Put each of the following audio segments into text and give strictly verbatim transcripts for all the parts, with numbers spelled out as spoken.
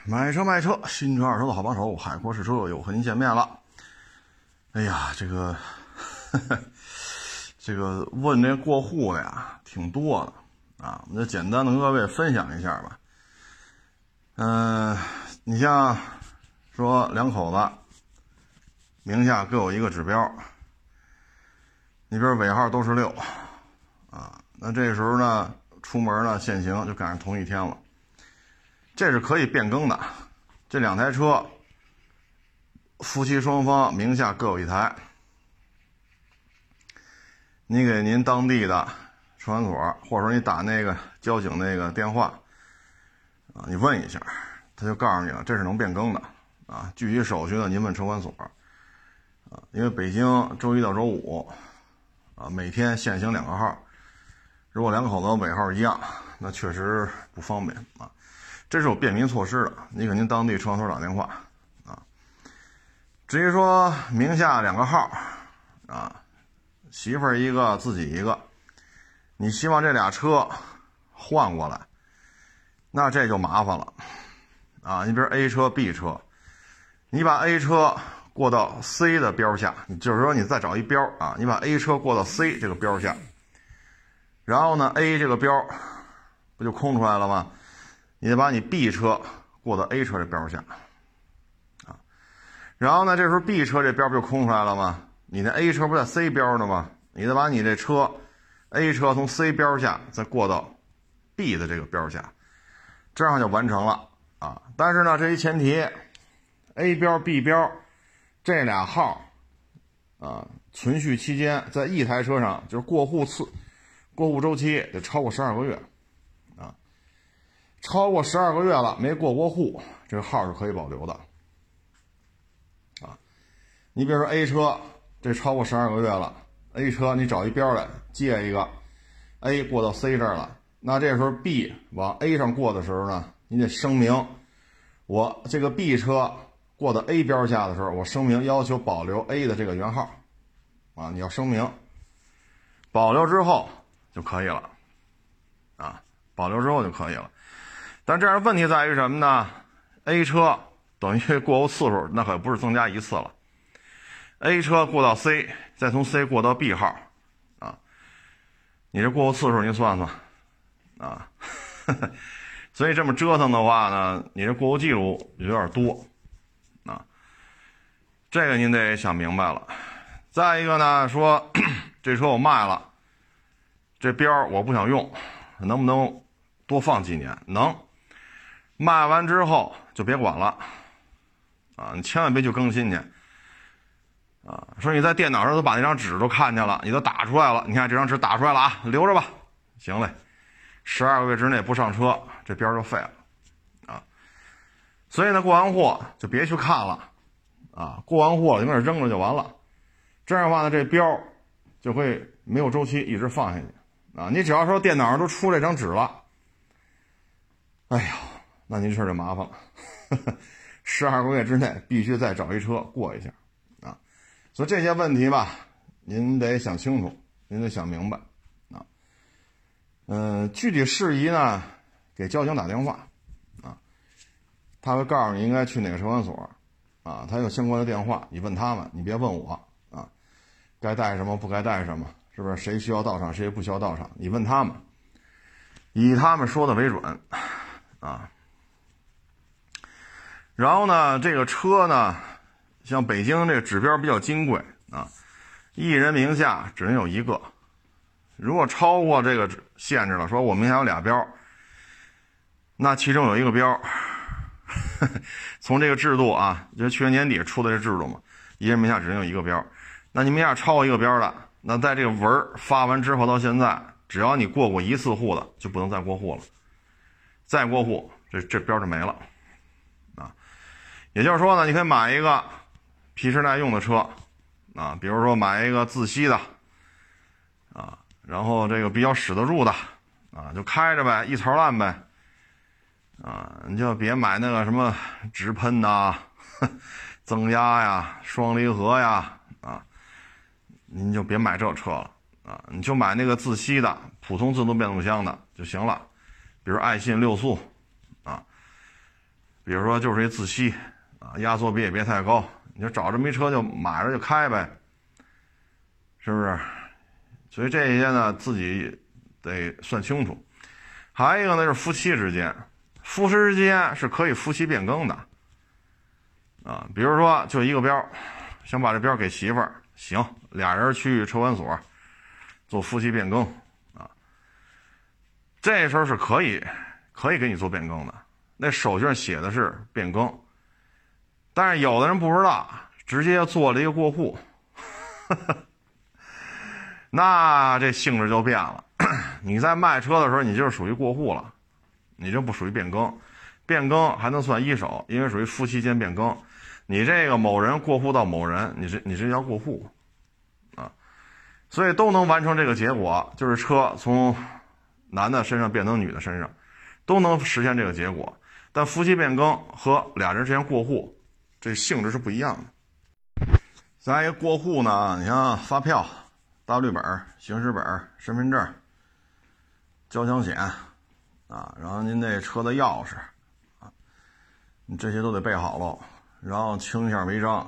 买车卖车，新车二手的好帮手，海阔试车又和您见面了。哎呀，这个呵呵这个问这过户的呀挺多的啊，我们就简单的跟各位分享一下吧。嗯、呃，你像说两口子名下各有一个指标，你比如尾号都是六啊，那这时候呢出门呢限行就赶上同一天了。这是可以变更的，这两台车夫妻双方名下各有一台，你给您当地的车管所，或者说你打那个交警那个电话啊，你问一下，他就告诉你了，这是能变更的啊。具体手续呢，您问车管所啊，因为北京周一到周五啊每天限行两个号，如果两口子尾号一样，那确实不方便啊。这是有便民措施的，你给您当地车管所打电话啊。至于说名下两个号啊，媳妇儿一个自己一个，你希望这俩车换过来，那这就麻烦了啊。你比如 A 车 B 车，你把 A 车过到 C 的标下，就是说你再找一标啊，你把 A 车过到 C 这个标下，然后呢 A 这个标不就空出来了吗？你得把你 B 车过到 A 车这标下啊，然后呢这时候 B 车这标不就空出来了吗？你的 A 车不在 C 标呢吗？你得把你这车 A 车从 C 标下再过到 B 的这个标下，这样就完成了啊。但是呢这一前提 A 标 B 标这俩号啊存续期间在一台车上，就是过户次过户周期得超过十二个月啊，超过十二个月了没过过户，这个号是可以保留的啊。你比如说 A 车这超过十二个月了， A 车你找一标来借一个 A 过到 C 这儿了，那这时候 B 往 A 上过的时候呢，你得声明我这个 B 车过到 A 标下的时候，我声明要求保留 A 的这个原号啊，你要声明保留之后就可以了啊，保留之后就可以了。但这样问题在于什么呢？ A 车等于过户次数那可不是增加一次了， A 车过到 C 再从 C 过到 B 号啊，你这过户次数您算算啊所以这么折腾的话呢，你这过户记录有点多啊，这个您得想明白了。再一个呢，说这车我卖了，这标我不想用，能不能多放几年？能。卖完之后就别管了啊，你千万别去更新去啊。说你在电脑上都把那张纸都看见了，你都打出来了，你看这张纸打出来了啊，留着吧，行嘞，十二个月之内不上车，这标就废了啊。所以呢，过完户就别去看了啊，过完户就在那扔了就完了。这样的话呢，这标就会没有周期一直放下去啊。你只要说电脑上都出这张纸了，哎呀，那您这事儿就麻烦了十二个月之内必须再找一车过一下啊。所以这些问题吧，您得想清楚，您得想明白啊。嗯、呃，具体事宜呢，给交警打电话啊，他会告诉你应该去哪个车管所啊，他有相关的电话，你问他们，你别问我啊。该带什么不该带什么，是不是？谁需要到场，谁不需要到场，你问他们，以他们说的为准啊。然后呢，这个车呢，像北京这个指标比较金贵啊，一人名下只能有一个，如果超过这个限制了，说我名下有俩标，那其中有一个标呵呵从这个制度啊，就去年年底出的这制度嘛，一人名下只能有一个标，那你名下超过一个标的，那在这个文发完之后到现在，只要你过过一次户的就不能再过户了，再过户这这标就没了啊。也就是说呢，你可以买一个皮实耐用的车啊，比如说买一个自吸的啊，然后这个比较使得住的啊，就开着呗，一槽烂呗啊，你就别买那个什么直喷呐、增压呀、双离合呀啊，您就别买这车了啊，你就买那个自吸的普通自动变速箱的就行了，比如爱信六速啊， 比如说就是一自吸啊，压缩比也别太高，你就找这么一车就买着就开呗，是不是？所以这些呢自己得算清楚。还有一个呢是夫妻之间，夫妻之间是可以夫妻变更的啊，比如说就一个标，想把这标给媳妇儿，行，俩人去车管所做夫妻变更啊，这时候是可以可以给你做变更的，那手续上写的是变更，但是有的人不知道，直接做了一个过户，呵呵，那这性质就变了。你在卖车的时候，你就是属于过户了，你就不属于变更，变更还能算一手，因为属于夫妻间变更。你这个某人过户到某人，你这你这叫过户啊，所以都能完成这个结果，就是车从男的身上变成女的身上，都能实现这个结果。但夫妻变更和俩人之间过户，这性质是不一样的。再一个过户呢，你像发票、大绿本、行驶本、身份证、交强险啊，然后您那车的钥匙啊，你这些都得备好喽。然后清一下违章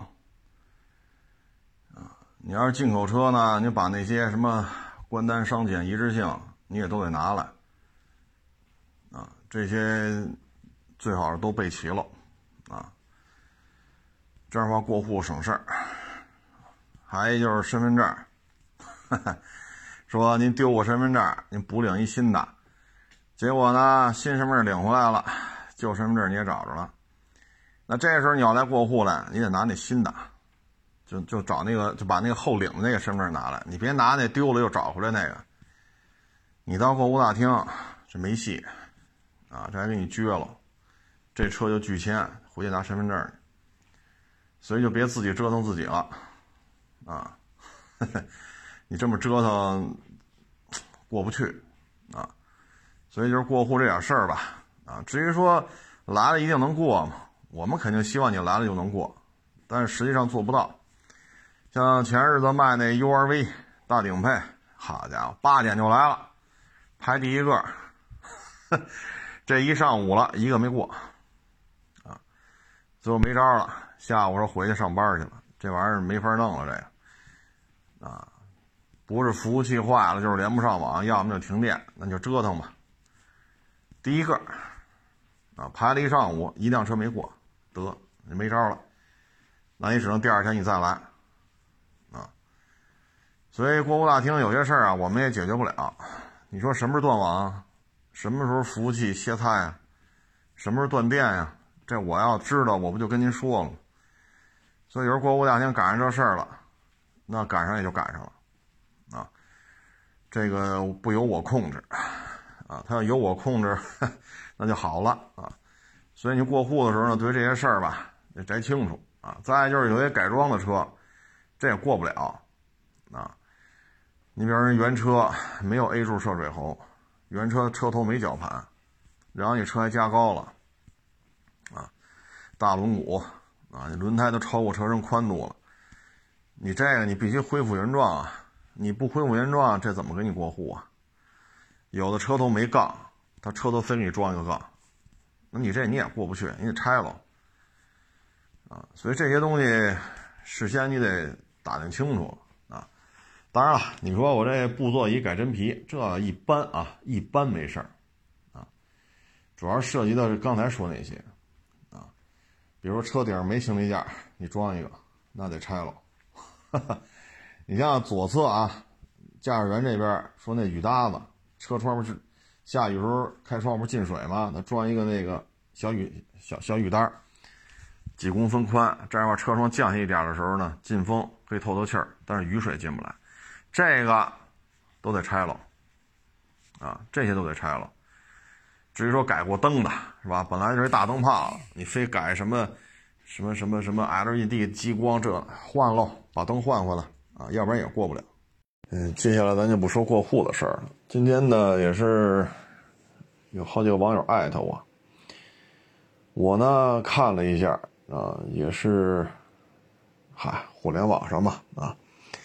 啊，你要是进口车呢，你把那些什么关单、商检一致性你也都得拿来啊，这些最好是都备齐了啊，这样的话过户省事儿。还有就是身份证，呵呵，说您丢过身份证，您补领一新的，结果呢新身份证领回来了，旧身份证你也找着了，那这时候你要来过户了，你得拿那新的，就就找那个就把那个后领的那个身份证拿来，你别拿那丢了又找回来那个，你到过户大厅这没戏啊，这还给你撅了，这车就拒签，回去拿身份证，所以就别自己折腾自己了啊，呵呵，你这么折腾过不去啊，所以就是过户这点事儿吧啊，至于说来了一定能过吗？我们肯定希望你来了就能过，但是实际上做不到。像前日子卖那 U R V 大顶配，好家伙，八点就来了，排第一个，这一上午了一个没过啊，最后没招了，下午说回去上班去了，这玩意儿没法弄了，这个啊，不是服务器坏了就是连不上网，要么就停电，那就折腾吧。第一个啊，排了一上午一辆车没过，得你没招了，那你只能第二天你再来啊。所以过户大厅有些事儿啊我们也解决不了，你说什么是断网，什么时候服务器歇菜啊，什么时候断电呀、啊、这我要知道我不就跟您说了吗？所以有时候过户大厅赶上这事儿了，那赶上也就赶上了啊，这个不由我控制啊，他要由我控制那就好了啊。所以你过户的时候呢，对这些事儿吧得摘清楚啊。再就是有些改装的车，这也过不了啊。你比如人原车没有 A 柱涉水喉，原车车头没绞盘，然后你车还加高了啊，大轮毂啊，你轮胎都超过车身宽度了，你这个你必须恢复原状啊，你不恢复原状，这怎么给你过户啊？有的车头没杠，他车头非给你装一个杠，那你这你也过不去，你得拆了啊。所以这些东西事先你得打听清楚啊。当然了，你说我这布座椅改真皮，这一般啊，一般没事儿啊，主要涉及到是刚才说那些啊，比如说车顶上没行李架，你装一个，那得拆了。你像左侧啊，驾驶员这边说那雨搭子，车窗不是下雨时候开窗不是进水吗？他装一个那个小雨小小雨单，几公分宽，这样的话车窗降下一点的时候呢，进风可以透透气儿，但是雨水进不来，这个都得拆了啊，这些都得拆了。至于说改过灯的是吧？本来就是一大灯泡，你非改什么什么什么什么 L E D 激光，这换喽，把灯换回来啊，要不然也过不了。嗯，接下来咱就不说过户的事儿了。今天呢，也是有好几个网友艾特我，我呢看了一下啊，也是，嗨，互联网上嘛啊，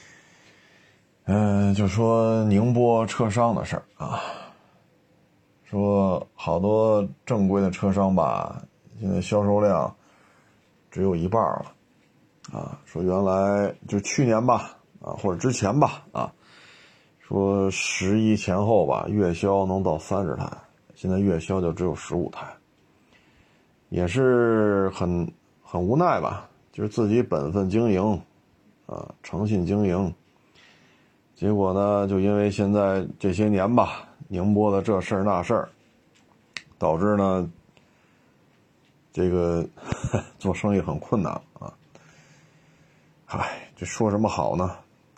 嗯、呃，就说宁波车商的事儿啊，说好多正规的车商吧， 现在销售量只有一半了啊。说原来就去年吧啊，或者之前吧啊，说十一前后吧，月销能到三十台，现在月销就只有十五台，也是很很无奈吧，就是自己本分经营啊，诚信经营，结果呢，就因为现在这些年吧，宁波的这事儿那事儿，导致呢，这个做生意很困难啊。唉，这说什么好呢？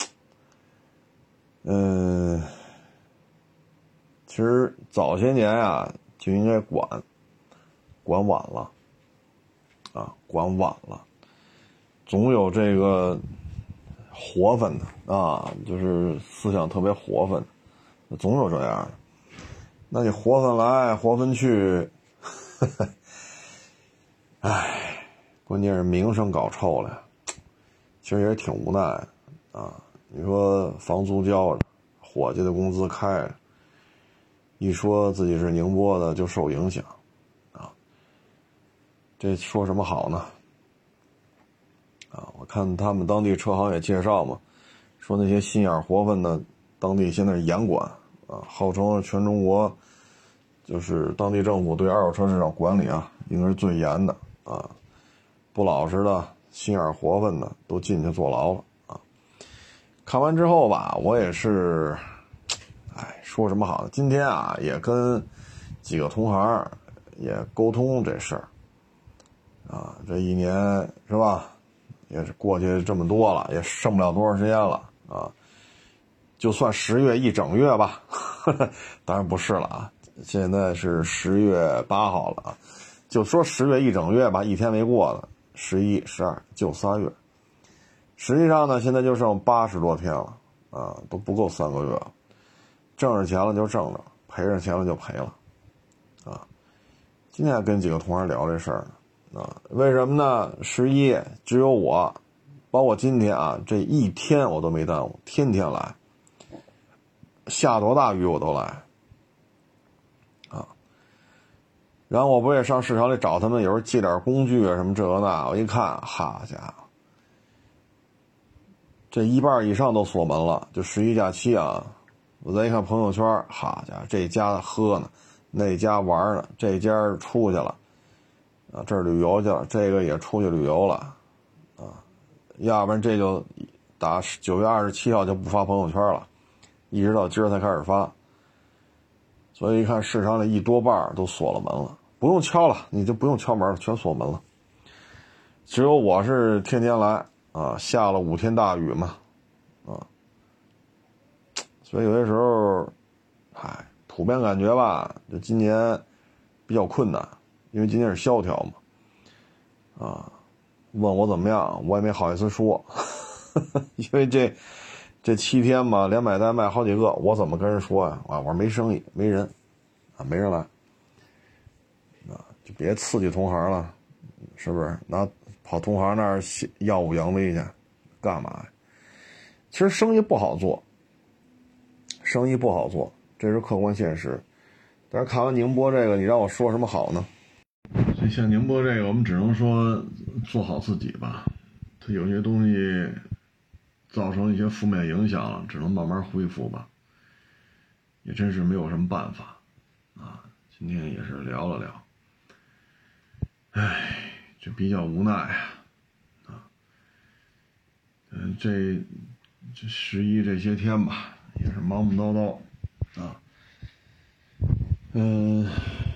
嗯，其实早些年啊就应该管，管晚了，啊，管晚了，总有这个活分的啊，就是思想特别活分的，总有这样的。那你活分来活分去，呵呵，唉，关键是名声搞臭了，其实也挺无奈啊。你说房租交着，伙计的工资开着，一说自己是宁波的就受影响啊，这说什么好呢？啊，我看他们当地车行也介绍嘛，说那些心眼活分的，当地现在是严管啊，号称全中国就是当地政府对二手车市场管理啊，应该是最严的啊，不老实的、心眼活分的都进去坐牢了啊。看完之后吧，我也是，哎，说什么好呢？今天啊，也跟几个同行也沟通这事儿啊，这一年是吧？也是过去这么多了，也剩不了多长时间了啊！就算十月一整月吧，呵呵，当然不是了啊！现在是十月八号了啊，就说十月一整月吧，一天没过了，十一、十二就仨月。实际上呢，现在就剩八十多天了啊，都不够三个月了。挣着钱了就挣着，赔着钱了就赔了啊！今天还跟几个同行聊这事儿呢。啊，为什么呢？十一只有我，包括今天啊，这一天我都没耽误，天天来，下多大雨我都来，啊，然后我不也上市场里找他们，有时候借点工具啊什么这个那，我一看，哈家伙，这一半以上都锁门了，就十一假期啊，我再一看朋友圈，哈家伙，这家喝呢，那家玩呢，这家出去了。啊，这儿旅游去了，这个也出去旅游了，啊，要不然这就打九月二十七号就不发朋友圈了，一直到今儿才开始发。所以一看市场里一多半都锁了门了，不用敲了，你就不用敲门了，全锁门了。只有我是天天来啊，下了五天大雨嘛，啊，所以有些时候，唉，普遍感觉吧，就今年比较困难。因为今天是萧条嘛，啊，问我怎么样，我也没好意思说，因为这这七天嘛，连买带卖好几个，我怎么跟人说呀？啊，我说没生意，没人，啊，没人来，啊，就别刺激同行了，是不是？拿跑同行那儿耀武扬威去，干嘛呀？其实生意不好做，生意不好做，这是客观现实。但是看完宁波这个，你让我说什么好呢？所以像宁波这个，我们只能说做好自己吧。它有些东西造成一些负面影响了，只能慢慢恢复吧。也真是没有什么办法啊。今天也是聊了聊，唉，这比较无奈啊。嗯、呃，这这十一这些天吧，也是忙忙叨叨啊。嗯。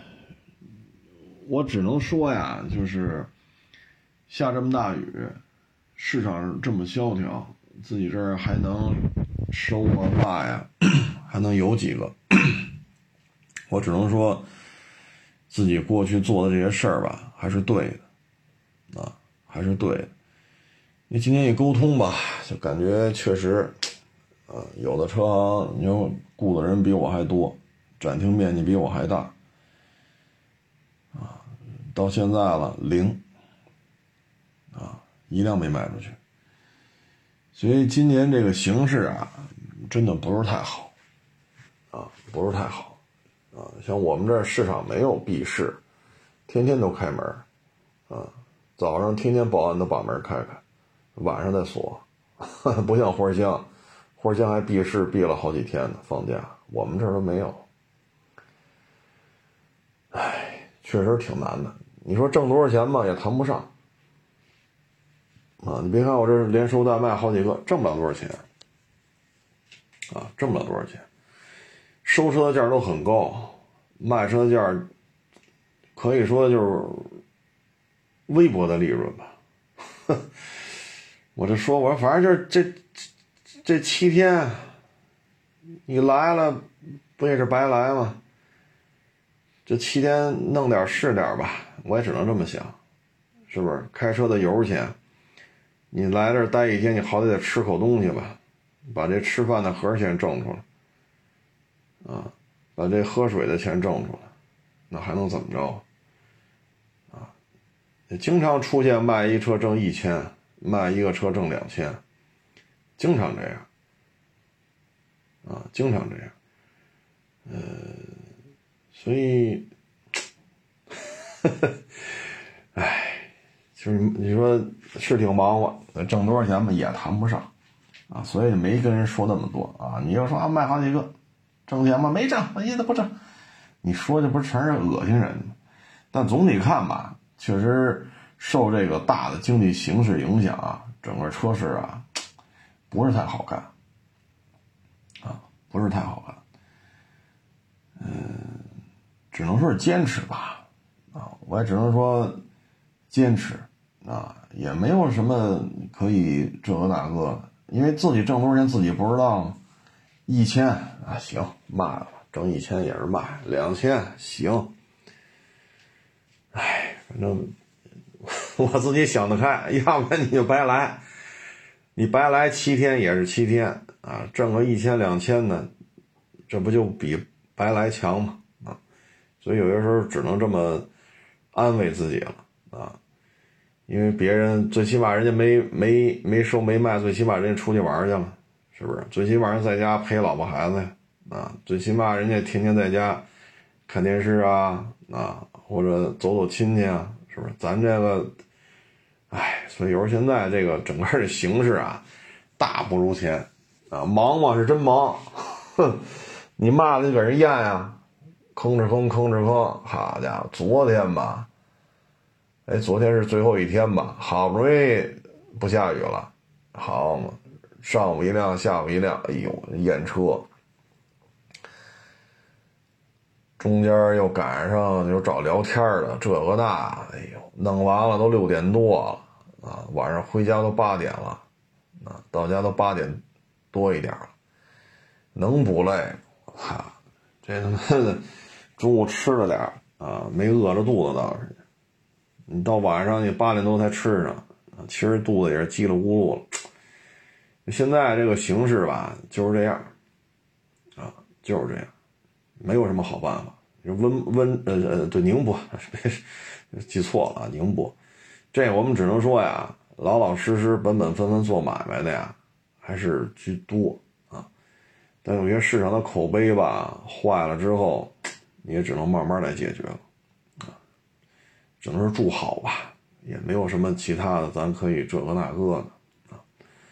我只能说呀，就是下这么大雨，市场这么萧条，自己这儿还能收获大呀，还能有几个？我只能说，自己过去做的这些事儿吧，还是对的，啊，还是对的。因为今天一沟通吧，就感觉确实，啊，有的车行你说雇的人比我还多，展厅面积比我还大。到现在了零，啊，一辆没卖出去，所以今年这个形势啊，真的不是太好，啊，不是太好，啊，像我们这儿市场没有闭市，天天都开门， 早上天天保安都把门开开，晚上再锁，不像花乡，花乡还闭市闭了好几天呢，放假，我们这儿都没有。唉，确实挺难的。你说挣多少钱吧，也谈不上啊！你别看我这连收带卖好几个，挣不了多少钱啊，挣不了多少钱。收车的价都很高，卖车的价可以说就是微薄的利润吧。我这说我反正就是这这这七天你来了不也是白来吗？这七天弄点是点吧，我也只能这么想，是不是？开车的油钱，你来这儿待一天，你好歹得吃口东西吧，把这吃饭的盒钱挣出来啊，把这喝水的钱挣出来，那还能怎么着啊？也经常出现卖一车挣一千，卖一个车挣两千，经常这样啊，经常这样。呃，所以，唉，就是你说是挺忙活，挣多少钱吧也谈不上啊，所以没跟人说那么多啊。你要说啊卖好几个，挣钱吗？没挣，一都不挣。你说这不是全是恶心人吗？但总体看吧，确实受这个大的经济形势影响啊，整个车市啊不是太好干啊，不是太好干。嗯，只能说是坚持吧，啊，我也只能说坚持啊，也没有什么可以这个那个，因为自己挣多少钱自己不知道。一千啊，行，卖了，挣一千也是卖，两千行。哎，反正我自己想得开，要不然你就白来，你白来七天也是七天啊，挣个一千两千的，这不就比白来强吗？啊，所以有些时候只能这么安慰自己了啊，因为别人最起码人家没没没收没卖，最起码人家出去玩去了，是不是？最起码人在家陪老婆孩子呀，啊，最起码人家天天在家看电视啊啊，或者走走亲戚啊，是不是？咱这个，哎，所以有时候现在这个整个的形势啊，大不如前啊，忙嘛是真忙，哼。你骂了就给人咽呀，吭哧吭吭哧吭，好家伙！昨天吧，哎，昨天是最后一天吧，好不容易不下雨了，好嘛，上午一辆，下午一辆，哎呦，验车，中间又赶上有找聊天的，这个那，哎呦，弄完了都六点多了啊，晚上回家都八点了啊，到家都八点多一点了，能不累吗？哈，这他妈的中午吃了点啊，没饿着肚子倒是。你到晚上你八点多才吃上，其实肚子也是叽里咕噜了。现在这个形势吧，就是这样啊，就是这样，没有什么好办法。温温呃呃，对宁波，记错了啊，宁波。这我们只能说呀，老老实实、本本分分做买卖的呀，还是居多。但有些市场的口碑吧坏了之后，你也只能慢慢来解决了啊，只能是祝好吧，也没有什么其他的咱可以这个那个的啊。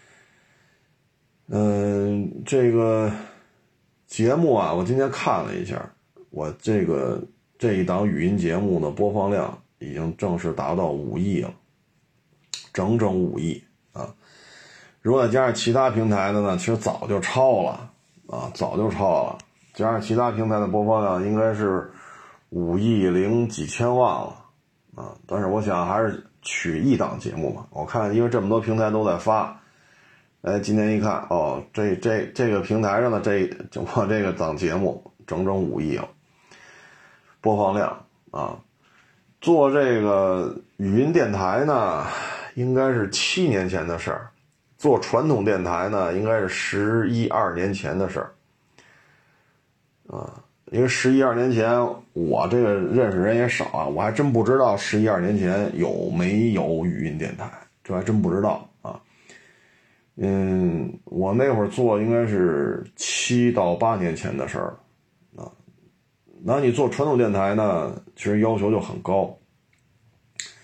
嗯，这个节目啊，我今天看了一下，我这个这一档语音节目的播放量已经正式达到五亿了，整整五亿啊！如果再加上其他平台的呢，其实早就超了。啊，早就超了，加上其他平台的播放量应该是五亿零几千万了啊！但是我想还是取一档节目嘛，我看因为这么多平台都在发，哎，今天一看哦，这这这个平台上的这我这个档节目整整五亿了播放量啊！做这个语音电台呢，应该是七年前的事儿。做传统电台呢，应该是十一二年前的事儿，啊，因为十一二年前我这个认识人也少啊，我还真不知道十一二年前有没有语音电台，这还真不知道啊。嗯，我那会儿做应该是七到八年前的事儿啊。那你做传统电台呢，其实要求就很高。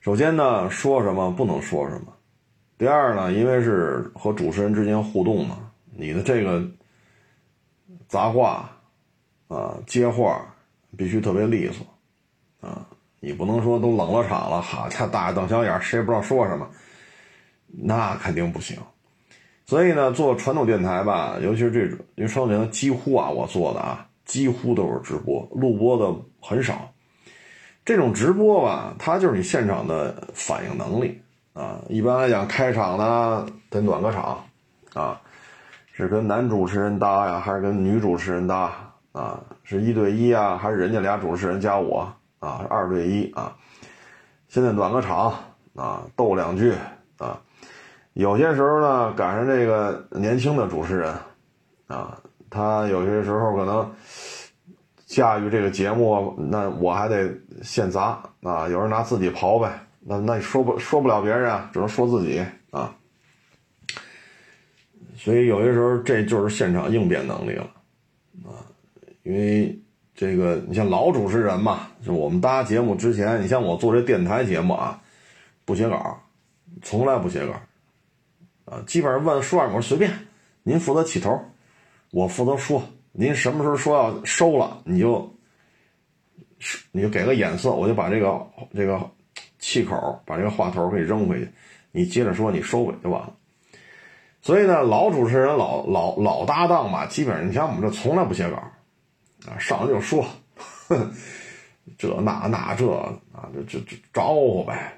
首先呢，说什么不能说什么。第二呢，因为是和主持人之间互动嘛，你的这个杂话啊、接话必须特别利索啊，你不能说都冷了场了，好家伙大眼瞪小眼，谁也不知道说什么，那肯定不行。所以呢，做传统电台吧，尤其是这种，因为传统电台几乎啊，我做的啊，几乎都是直播，录播的很少。这种直播吧，它就是你现场的反应能力啊。一般来讲，开场呢得暖个场啊，是跟男主持人搭呀，还是跟女主持人搭啊？是一对一啊，还是人家俩主持人加我啊？是二对一啊？现在暖个场啊，斗两句啊。有些时候呢，赶上这个年轻的主持人啊，他有些时候可能驾驭这个节目，那我还得现砸啊，有人拿自己刨呗，那那说不说不了别人啊，只能说自己啊。所以有些时候这就是现场应变能力了啊，因为这个你像老主持人嘛，就我们搭节目之前，你像我做这电台节目啊，不写稿，从来不写稿。啊，基本上问说什么随便，您负责起头，我负责说。您什么时候说要收了，你就你就给个眼色，我就把这个这个气口，把这个话头给扔回去，你接着说，你收尾就完了。所以呢，老主持人、老老老搭档吧，基本上你像我们这从来不写稿啊，上来就说，呵呵这那那这啊，这这这招呼呗。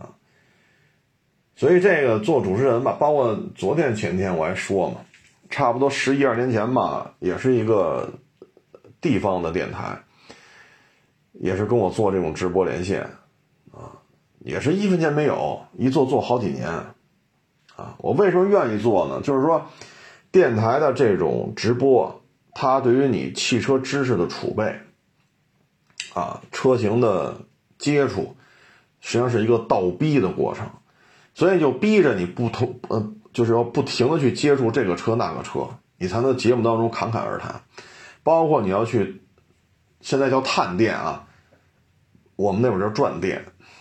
所以这个做主持人吧，包括昨天前天我还说嘛，差不多十一二年前吧，也是一个地方的电台，也是跟我做这种直播连线啊，也是一分钱没有，一做做好几年啊。我为什么愿意做呢？就是说电台的这种直播，它对于你汽车知识的储备啊，车型的接触，实际上是一个倒逼的过程。所以就逼着你不同，呃，就是要不停的去接触这个车那个车，你才能节目当中侃侃而谈。包括你要去，现在叫探店啊，我们那会儿叫转店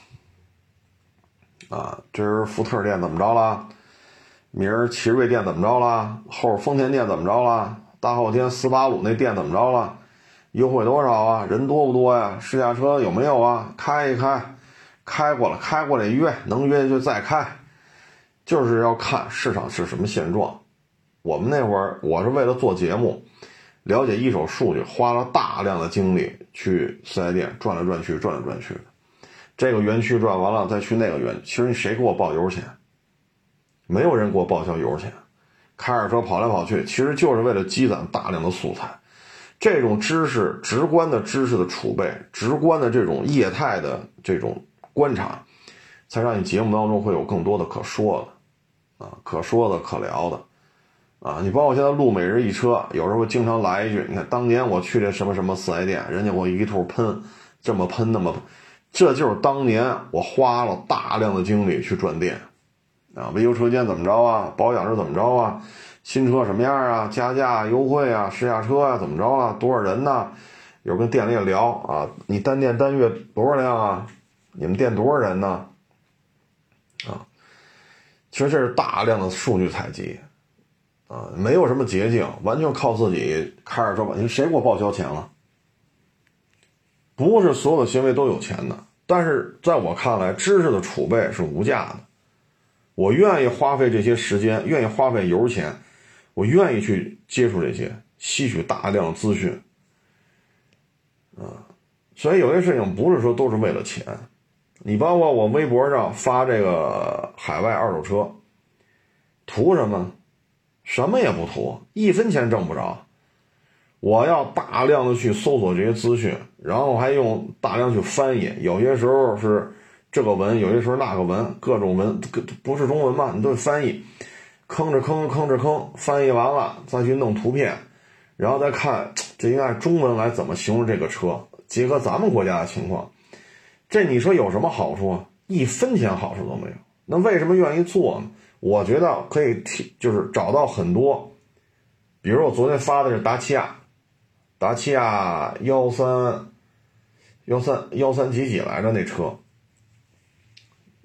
啊，这是福特店怎么着了，明儿奇瑞店怎么着了，后丰田店怎么着了，大后天斯巴鲁那店怎么着了，优惠多少啊，人多不多呀，试驾车有没有啊，开一开。开过了，开过了约，能约就再开，就是要看市场是什么现状。我们那会儿，我是为了做节目，了解一手数据，花了大量的精力去四 S 店转来转去，转来转去。这个园区转完了，再去那个园，其实谁给我报油钱？没有人给我报销油钱。开着车跑来跑去，其实就是为了积攒大量的素材。这种知识，直观的知识的储备，直观的这种业态的这种观察，才让你节目当中会有更多的可说的啊，可说的可聊的啊。你包括现在录每日一车，有时候会经常来一句，你看当年我去这什么什么四 S 店，人家给我一通喷，这么喷那么喷，这就是当年我花了大量的精力去转店啊，维修车间怎么着啊，保养是怎么着啊，新车什么样啊，加价优惠啊，试驾车啊怎么着啊，多少人呢？有人跟店里也聊啊，你单店单月多少辆啊？你们店多少人呢？啊，其实这是大量的数据采集啊，没有什么捷径，完全靠自己开着车吧。你谁给我报销钱了？不是所有的行为都有钱的，但是在我看来，知识的储备是无价的。我愿意花费这些时间，愿意花费油钱，我愿意去接触这些，吸取大量的资讯啊。所以有些事情不是说都是为了钱。你包括我微博上发这个海外二手车，图什么？什么也不图，一分钱挣不着。我要大量的去搜索这些资讯，然后还用大量去翻译，有些时候是这个文，有些时候那个文，各种文不是中文嘛，你都得翻译，吭着吭吭着吭，翻译完了再去弄图片，然后再看这应该按中文来怎么形容这个车，结合咱们国家的情况，这你说有什么好处啊？一分钱好处都没有。那为什么愿意做呢？我觉得可以提，就是找到很多，比如我昨天发的是达契亚，达契亚幺三幺三幺三几几来着那车，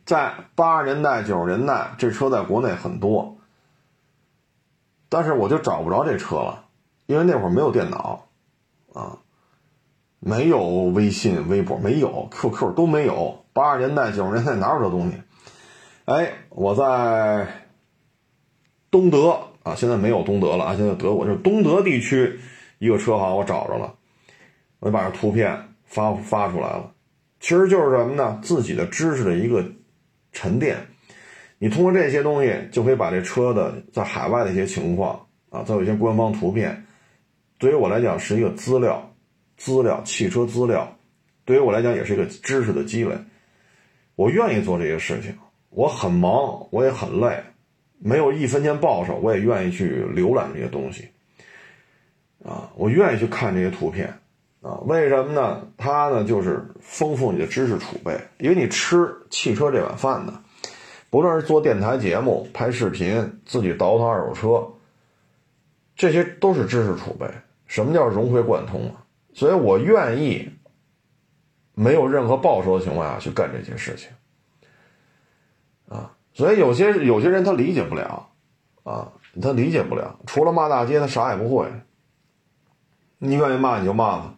在八十年代九十年代这车在国内很多，但是我就找不着这车了，因为那会儿没有电脑啊，没有微信微博，没有 Q Q 都没有，八十年代九十年代哪有这东西。哎，我在东德啊，现在没有东德了啊，现在德国就是东德地区一个车行我找着了，我就把这图片发发出来了。其实就是什么呢，自己的知识的一个沉淀，你通过这些东西就可以把这车的在海外的一些情况啊，再有一些官方图片，对于我来讲是一个资料资料汽车资料，对于我来讲也是一个知识的积累。我愿意做这些事情，我很忙我也很累，没有一分钱报酬我也愿意去浏览这些东西啊，我愿意去看这些图片啊，为什么呢？它呢就是丰富你的知识储备，因为你吃汽车这碗饭呢，不论是做电台节目、拍视频、自己倒腾二手车，这些都是知识储备。什么叫融会贯通啊？所以我愿意没有任何报酬的情况下去干这些事情啊。所以有些有些人他理解不了啊，他理解不了，除了骂大街他啥也不会。你愿意骂你就骂他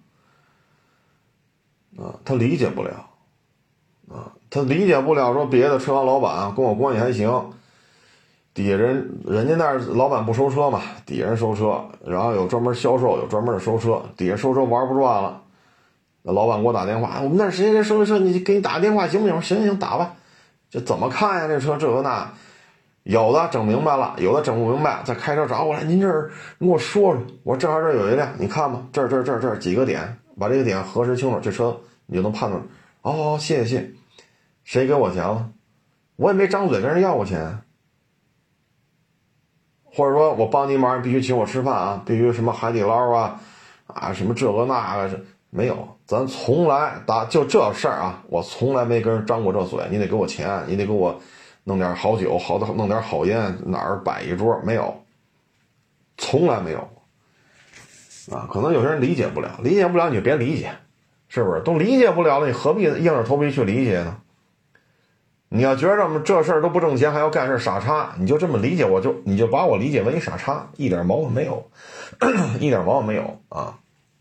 啊，他理解不了啊，他理解不了说别的车行老板跟我关系还行，底下人人家那儿老板不收车嘛，底下人收车，然后有专门销售，有专门的收车，底下收车玩不转了，那老板给我打电话，我们那谁谁收车，你给你打电话行不行？行行打吧。这怎么看呀？这车这个那，有的整明白了，有的整不明白，再开车找我来，您这儿你给我说说，我正好这儿有一辆，你看吧，这儿这儿这儿这儿几个点，把这个点核实清楚，这车你就能判断。哦，谢谢谢谢。谁给我钱了？我也没张嘴跟人要过钱。或者说我帮你忙，必须请我吃饭啊，必须什么海底捞啊，啊什么这个那个，没有，咱从来打就这事儿啊，我从来没跟人张过这嘴。你得给我钱，你得给我弄点好酒，好的弄点好烟，哪儿摆一桌，没有，从来没有啊。可能有些人理解不了，理解不了你就别理解，是不是？都理解不了了，你何必硬着头皮去理解呢？你要觉得这事儿都不挣钱还要干事傻叉，你就这么理解，我就你就把我理解为一傻叉，一点毛病没有一点毛病没有啊。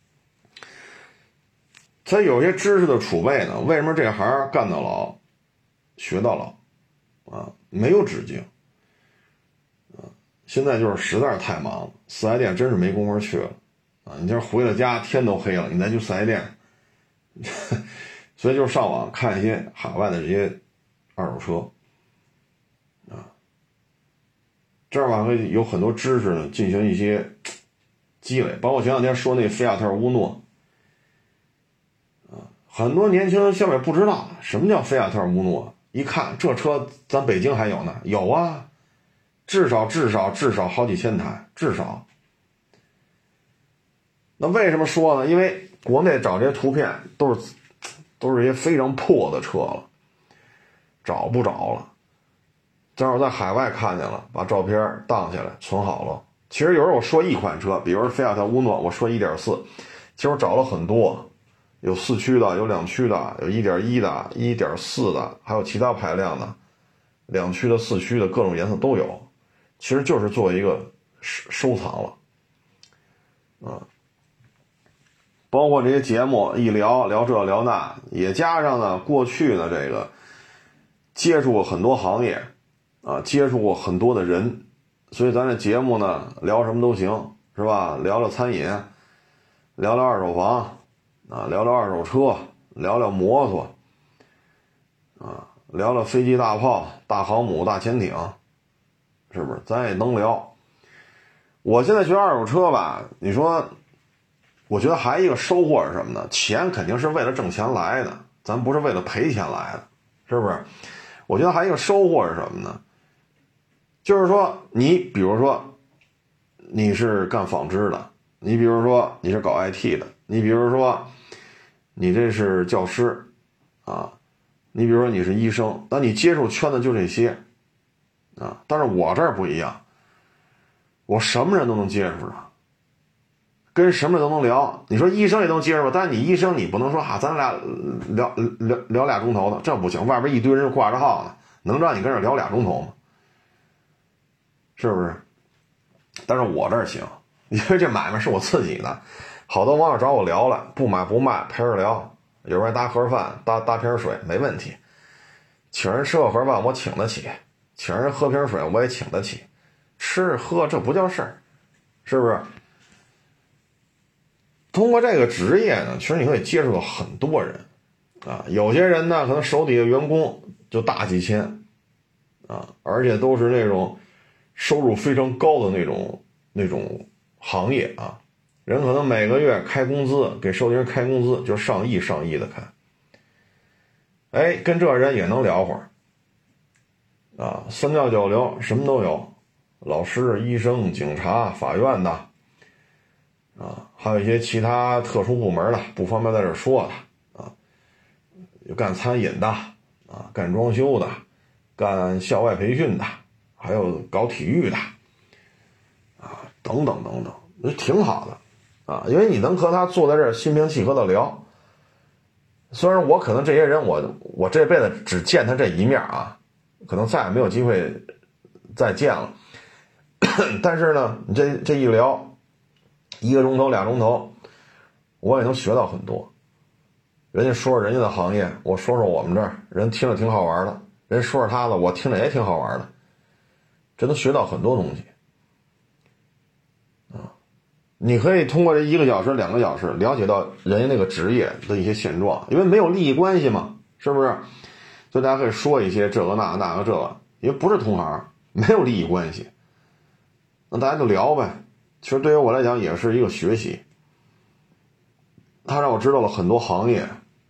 所以有些知识的储备呢，为什么这行干到老学到老啊？没有止境啊。现在就是实在是太忙了，四 S 店真是没工夫去了啊。你就是回了家天都黑了，你再去四 S 店所以就是上网看一些海外的这些二手车啊，这样吧会有很多知识呢进行一些积累，包括前两天说那菲亚特乌诺啊，很多年轻消费不知道什么叫菲亚特乌诺，一看这车咱北京还有呢，有啊，至少至少至少好几千台，至少。那为什么说呢？因为国内找这些图片都是都是一些非常破的车了，找不着了，正好在海外看见了，把照片当下来存好了。其实有时候我说一款车，比如菲亚特乌诺，我说 一点四， 其实我找了很多，有四驱的，有两驱的，有 一点一 的 一点四 的，还有其他排量的，两驱的四驱的，各种颜色都有，其实就是做一个收藏了啊。包括这些节目一聊聊这聊那，也加上呢过去呢这个接触过很多行业啊，接触过很多的人，所以咱这节目呢聊什么都行，是吧？聊聊餐饮，聊聊二手房啊，聊聊二手车，聊聊摩托啊，聊聊飞机大炮、大航母、大潜艇，是不是？咱也能聊。我现在学二手车吧，你说我觉得还一个收获是什么呢？钱肯定是为了挣钱来的，咱不是为了赔钱来的，是不是？我觉得还有一个收获是什么呢？就是说你比如说你是干纺织的，你比如说你是搞 I T 的，你比如说你这是教师啊，你比如说你是医生，那你接触圈子就这些啊。但是我这儿不一样，我什么人都能接触上，跟什么人都能聊。你说医生也能接触，但是你医生你不能说啊，咱俩聊聊聊俩钟头的，这不行，外边一堆人挂着号呢， 能让你跟这聊俩钟头吗？是不是？但是我这儿行，因为这买卖是我自己的，好多网友找我聊了，不买不卖，陪着聊，有人搭盒饭，搭搭瓶水，没问题。请人吃个盒饭我请得起，请人喝瓶水我也请得起，吃喝这不叫事儿，是不是？通过这个职业呢，其实你可以接触到很多人啊，有些人呢可能手底下员工就大几千啊，而且都是那种收入非常高的那种那种行业啊，人可能每个月开工资，给手底下人开工资就上亿上亿的开，哎，跟这人也能聊会儿啊，三教九流什么都有，老师、医生、警察、法院的啊，还有一些其他特殊部门的，不方便在这说的啊，有干餐饮的啊，干装修的，干校外培训的，还有搞体育的啊，等等等等，挺好的啊，因为你能和他坐在这儿心平气和的聊。虽然我可能这些人我我这辈子只见他这一面啊，可能再也没有机会再见了，但是呢，你这这一聊一个钟头俩钟头，我也能学到很多。人家说说人家的行业，我说说我们这儿，人听着挺好玩的，人说说他的，我听着也挺好玩的，这能学到很多东西啊！你可以通过这一个小时两个小时了解到人家那个职业的一些现状，因为没有利益关系嘛，是不是？所以大家可以说一些这个那个那个这个，因为不是同行，没有利益关系，那大家就聊呗。其实对于我来讲也是一个学习，他让我知道了很多行业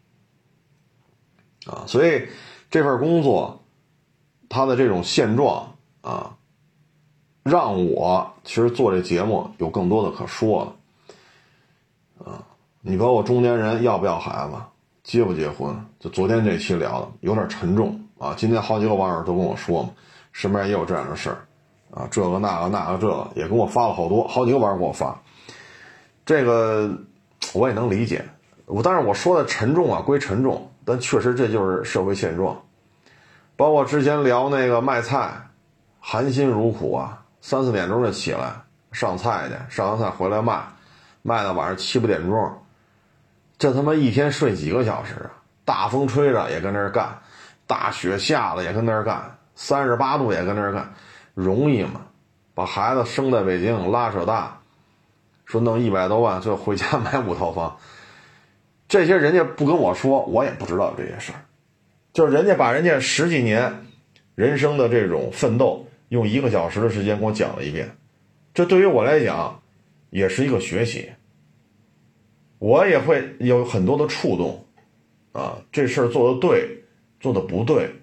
啊，所以这份工作它的这种现状啊，让我其实做这节目有更多的可说的啊。你说我中年人要不要孩子，结不结婚，就昨天这期聊的有点沉重啊。今天好几个网友都跟我说嘛，身边也有这样的事儿啊，这个那个那个这个，也跟我发了好多，好几个网友给我发，这个我也能理解。我当然我说的沉重啊归沉重，但确实这就是社会现状。包括之前聊那个卖菜，含辛茹苦啊，三四点钟就起来上菜去，上完菜回来卖，卖到晚上七八点钟，这他妈一天睡几个小时啊？大风吹着也跟那儿干，大雪下了也跟那儿干，三十八度也跟那儿干，容易吗？把孩子生在北京拉扯大，说弄一百多万，最后回家买五套房，这些人家不跟我说，我也不知道这些事儿。就是人家把人家十几年人生的这种奋斗，用一个小时的时间给我讲了一遍，这对于我来讲也是一个学习，我也会有很多的触动啊，这事儿做的对，做的不对，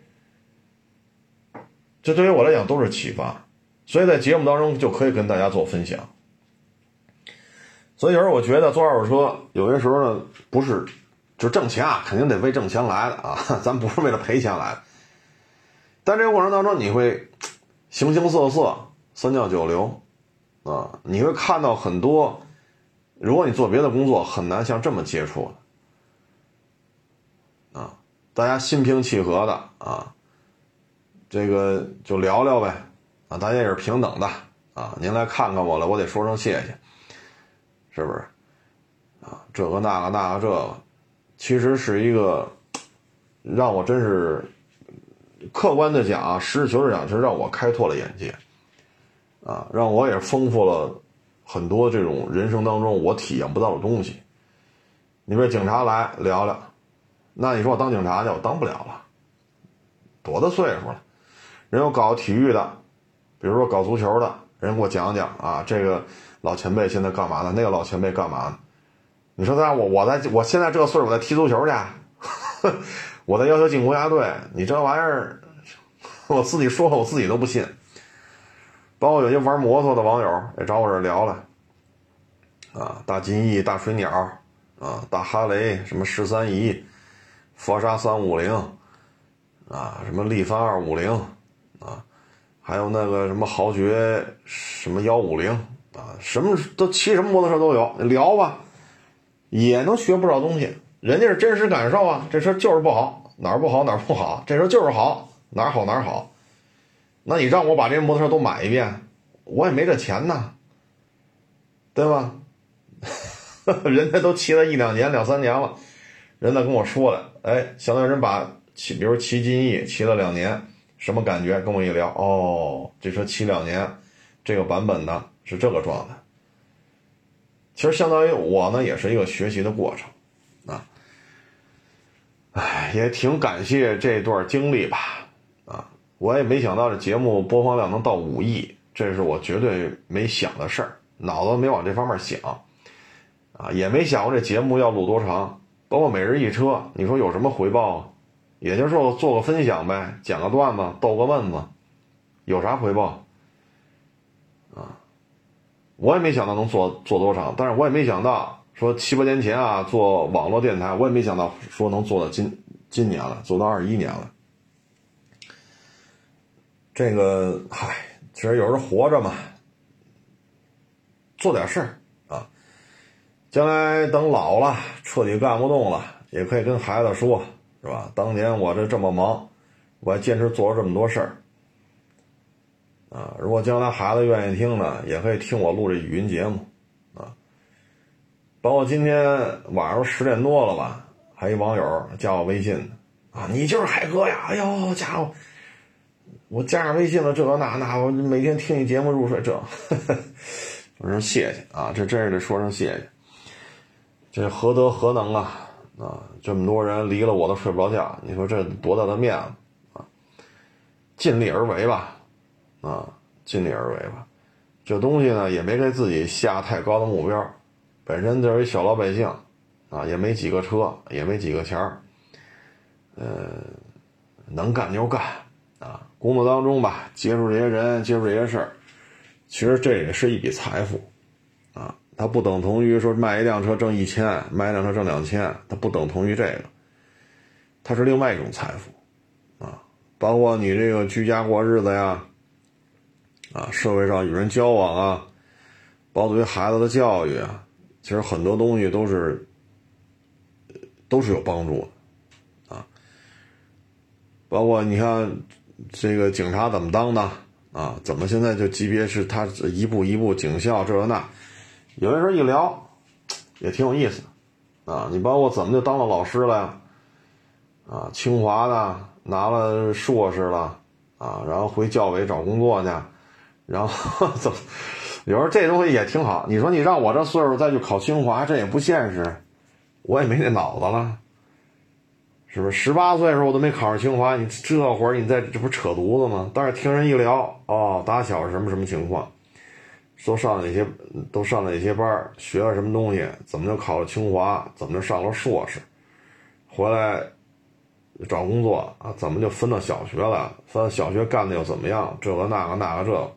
这对于我来讲都是启发，所以在节目当中就可以跟大家做分享。所以有时候我觉得做二手车有些时候呢，不是就挣钱啊，肯定得为挣钱来的啊，咱不是为了赔钱来的。但这个过程当中你会形形色色，三教九流啊，你会看到很多，如果你做别的工作很难像这么接触的啊，大家心平气和的啊，这个就聊聊呗啊，大家也是平等的啊，您来看看我了，我得说声谢谢，是不是啊？这个那个那个这个，其实是一个让我真是客观的讲啊，实事求是讲，是让我开拓了眼界啊，让我也丰富了很多这种人生当中我体验不到的东西。你比如警察来聊聊，那你说我当警察去，我当不了了，多大岁数了？人有搞体育的，比如说搞足球的，人给我讲讲啊，这个老前辈现在干嘛呢？那个老前辈干嘛呢？你说他我我在我现在这个岁数我在踢足球去，我在要求进国家队，你这玩意儿我自己说了我自己都不信。包括有些玩摩托的网友也找我这聊了啊，大金翼、大水鸟啊，大哈雷，什么十三姨、佛沙三五零啊，什么力帆二五零啊，还有那个什么豪爵什么幺五零啊，什么都骑什么摩托车都有，聊吧，也能学不少东西。人家是真实感受啊，这车就是不好，哪儿不好哪儿不好，这车就是好哪儿好哪儿好。那你让我把这些摩托车都买一遍，我也没这钱呐，对吧？人家都骑了一两年两三年了，人家跟我说了，哎，相当于人把骑，比如骑金翼骑了两年，什么感觉？跟我一聊，哦，这车骑两年，这个版本的是这个状态。其实相当于我呢，也是一个学习的过程啊。哎，也挺感谢这段经历吧，啊，我也没想到这节目播放量能到五亿，这是我绝对没想的事儿，脑子没往这方面想，啊，也没想过这节目要录多长，包括每日一车，你说有什么回报？也就是说做个分享呗，讲个段子，逗个闷子，有啥回报？啊，我也没想到能做做多长，但是我也没想到说七八年前啊做网络电台，我也没想到说能做到今今年了，做到二十一年了。这个嗨，其实有时候活着嘛，做点事儿啊，将来等老了彻底干不动了，也可以跟孩子说，是吧？当年我这这么忙，我还坚持做了这么多事儿啊。如果将来孩子愿意听呢，也可以听我录这语音节目啊。包括今天晚上十点多了吧，还一网友加我微信啊，你就是海哥呀！哎呦，家伙，我加上微信了，这个那那，我每天听你节目入睡，这，我说谢谢啊，这真是得说声谢谢。这何德何能啊啊！这么多人离了我都睡不着觉，你说这多大的面子啊！尽力而为吧，啊，尽力而为吧。这东西呢，也没给自己下太高的目标，本身就是一小老百姓啊，也没几个车，也没几个钱儿，呃，能干就干啊。工作当中吧，接触这些人，接触这些事儿，其实这也是一笔财富啊。它不等同于说卖一辆车挣一千，卖一辆车挣两千，它不等同于这个，它是另外一种财富啊。包括你这个居家过日子呀，啊，社会上与人交往啊，包括对孩子的教育啊，其实很多东西都是都是有帮助的啊。包括你看这个警察怎么当的啊？怎么现在就级别是他一步一步警校这那，有的时候一聊也挺有意思啊。你包括怎么就当了老师了呀？啊，清华的拿了硕士了啊，然后回教委找工作去，然后怎么有时候这东西也挺好。你说你让我这岁数再去考清华，这也不现实，我也没那脑子了。是不是十八岁的时候我都没考上清华？你这会儿你在这不扯犊子吗？但是听人一聊，哦，打小是什么什么情况，都上了哪些，都上了哪些班，学了什么东西，怎么就考了清华，怎么就上了硕士，回来找工作啊，怎么就分到小学了？分到小学干的又怎么样？这个那个那个这个，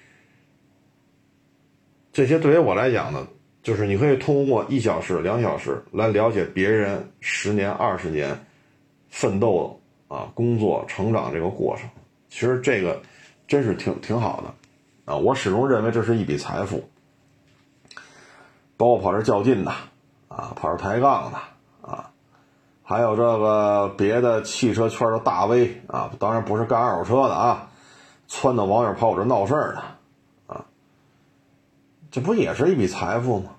这些对于我来讲呢，就是你可以通过一小时、两小时来了解别人十年、二十年。奋斗啊，工作成长这个过程，其实这个真是挺挺好的啊！我始终认为这是一笔财富。包括跑这较劲的啊，跑这抬杠的啊，还有这个别的汽车圈的大 V 啊，当然不是干二手车的啊，撺掇网友跑我这闹事儿的啊，这不也是一笔财富吗？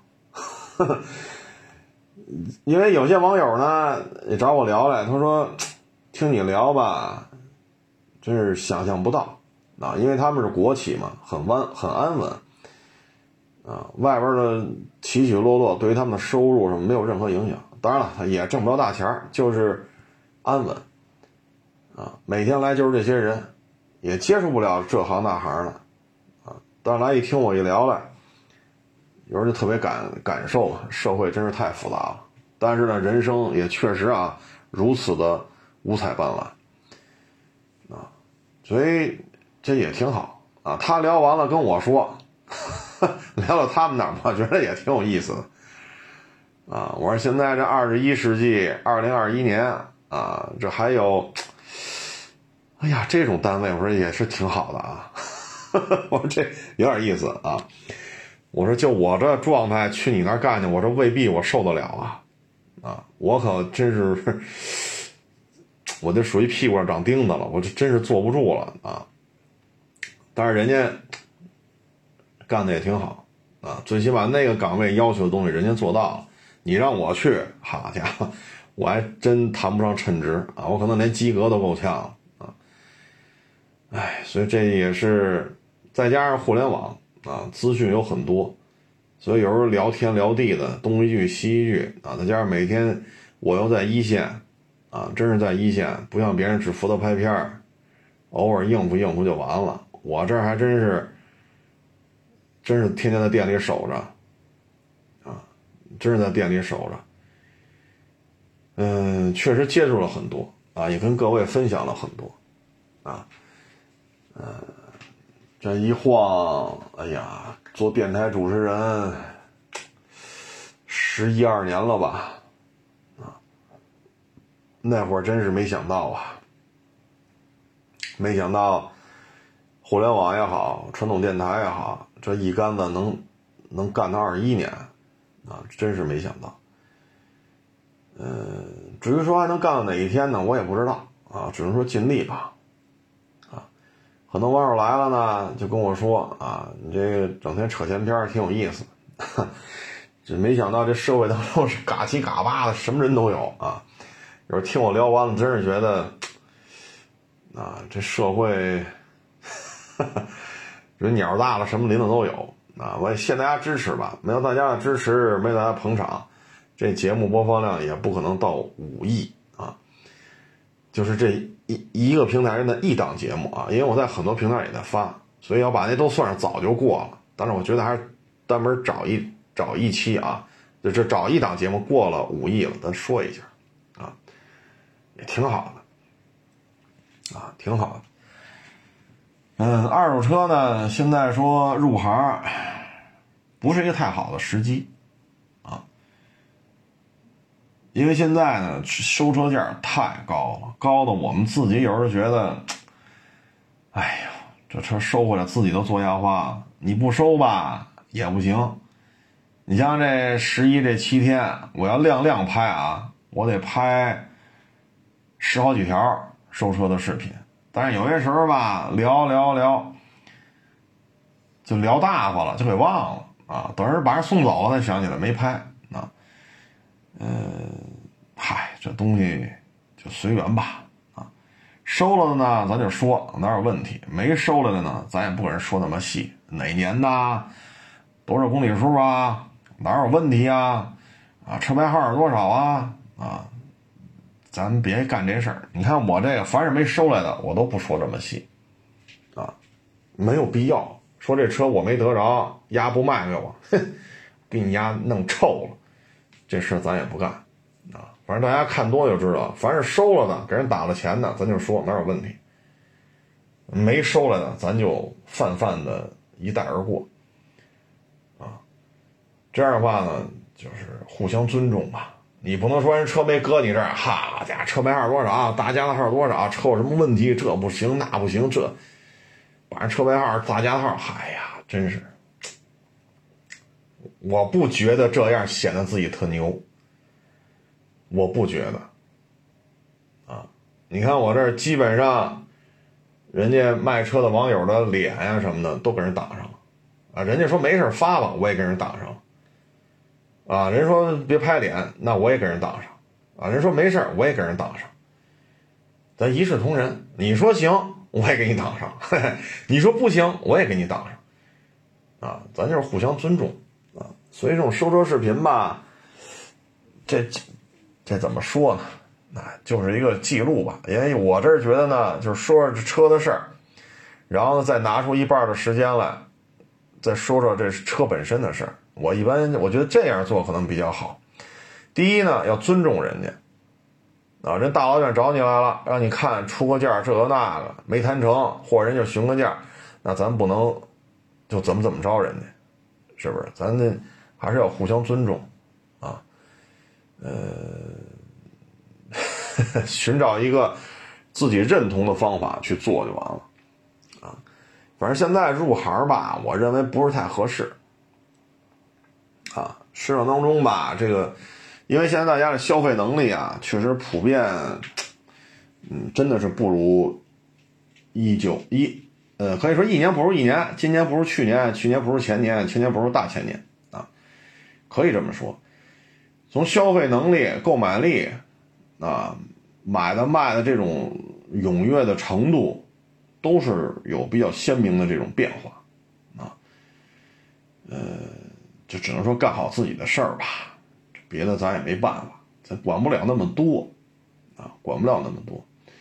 因为有些网友呢也找我聊来，他说听你聊吧真是想象不到啊，因为他们是国企嘛，很安很安稳啊，外边的起起落落对于他们的收入什么没有任何影响，当然了他也挣不着大钱，就是安稳啊，每天来就是这些人，也接触不了这行那行的啊，但是来一听我一聊来，有人就特别感感受社会真是太复杂了，但是呢人生也确实啊如此的五彩斑斓啊，所以这也挺好啊。他聊完了跟我说聊聊他们那儿，我觉得也挺有意思的啊。我说现在这二十一世纪二零二一年啊，这还有哎呀这种单位我说也是挺好的啊我说这有点意思啊，我说就我这状态去你那儿干去，我说未必我受得了啊啊！我可真是我这属于屁股上长钉子了，我这真是坐不住了啊。但是人家干的也挺好啊，最起码那个岗位要求的东西人家做到了。你让我去，好家伙，我还真谈不上称职啊，我可能连及格都够呛啊。哎，所以这也是再加上互联网啊，资讯有很多，所以有时候聊天聊地的，东一句西一句啊，再加上每天我又在一线啊，真是在一线，不像别人只负责拍片，偶尔应付应付就完了。我这还真是真是天天在店里守着啊，真是在店里守着。嗯，确实接触了很多啊，也跟各位分享了很多啊。嗯，这一晃，哎呀，做电台主持人十一二年了吧啊，那会儿真是没想到啊，没想到互联网也好，传统电台也好，这一竿子能能干到二十一年啊，真是没想到。嗯，至于说还能干到哪一天呢，我也不知道啊，只能说尽力吧。啊，很多网友来了呢，就跟我说啊，你这个整天扯闲篇挺有意思。这没想到这社会当中是嘎七嘎八的，什么人都有啊。有时听我聊完了，真是觉得啊，这社会人鸟大了，什么林子都有啊。我也谢大家支持吧，没有大家的支持，没有大家捧场，这节目播放量也不可能到五亿啊。就是这一一个平台人的一档节目啊，因为我在很多平台也在发，所以要把那都算上早就过了。但是我觉得还是单门找一找一期啊，就这找一档节目过了五亿了，咱说一下啊，也挺好的啊，挺好的。嗯，二手车呢，现在说入行不是一个太好的时机啊，因为现在呢收车价太高了，高的我们自己有时候觉得，哎呀，这车收回来自己都做压花了，你不收吧也不行。你像这十一这七天，我要亮亮拍啊，我得拍十好几条收车的视频。但是有些时候吧，聊聊聊，就聊大发了，就给忘了啊。等人把人送走了，才想起来没拍啊。嗯，嗨，这东西就随缘吧啊。收了的呢，咱就说哪有问题；没收来的呢，咱也不给人说那么细，哪年的，多少公里数啊，哪有问题啊？啊，车牌号是多少啊？啊。咱别干这事儿。你看我这个，凡是没收来的，我都不说这么细，啊，没有必要说这车我没得着，丫不卖给我，哼，给你丫弄臭了，这事咱也不干，啊，反正大家看多就知道，凡是收了的，给人打了钱的，咱就说哪有问题；没收来的，咱就泛泛的一带而过，啊，这样的话呢，就是互相尊重吧。你不能说人车没搁你这儿，哈家车牌号多少，大家的号多少，车有什么问题，这不行那不行，这把人车牌号大家的号，哎呀，真是，我不觉得这样显得自己特牛，我不觉得啊。你看我这儿基本上人家卖车的网友的脸呀、啊、什么的都给人挡上了啊，人家说没事发吧，我也给人挡上了啊，人说别拍脸，那我也给人挡上啊，人说没事我也给人挡上，咱一视同仁，你说行我也给你挡上，嘿嘿，你说不行我也给你挡上啊，咱就是互相尊重啊。所以这种收车视频吧，这这怎么说呢，啊，就是一个记录吧。因为我这儿觉得呢，就是说说车的事儿，然后再拿出一半的时间来再说说这车本身的事儿。我一般我觉得这样做可能比较好。第一呢，要尊重人家啊，人大老远找你来了，让你看出个价，这个那个没谈成，或者人就询个价，那咱不能就怎么怎么着人家，是不是？咱这还是要互相尊重啊。呃，寻找一个自己认同的方法去做就完了啊。反正现在入行吧，我认为不是太合适。啊，市场当中吧，这个，因为现在大家的消费能力啊，确实普遍嗯，真的是不如一九一，呃，可以说一年不如一年，今年不如去年，去年不如前年，前年不如大前年啊，可以这么说。从消费能力、购买力啊，买的卖的这种踊跃的程度，都是有比较鲜明的这种变化啊。呃，就只能说干好自己的事儿吧，别的咱也没办法，咱管不了那么多啊，管不了那么多。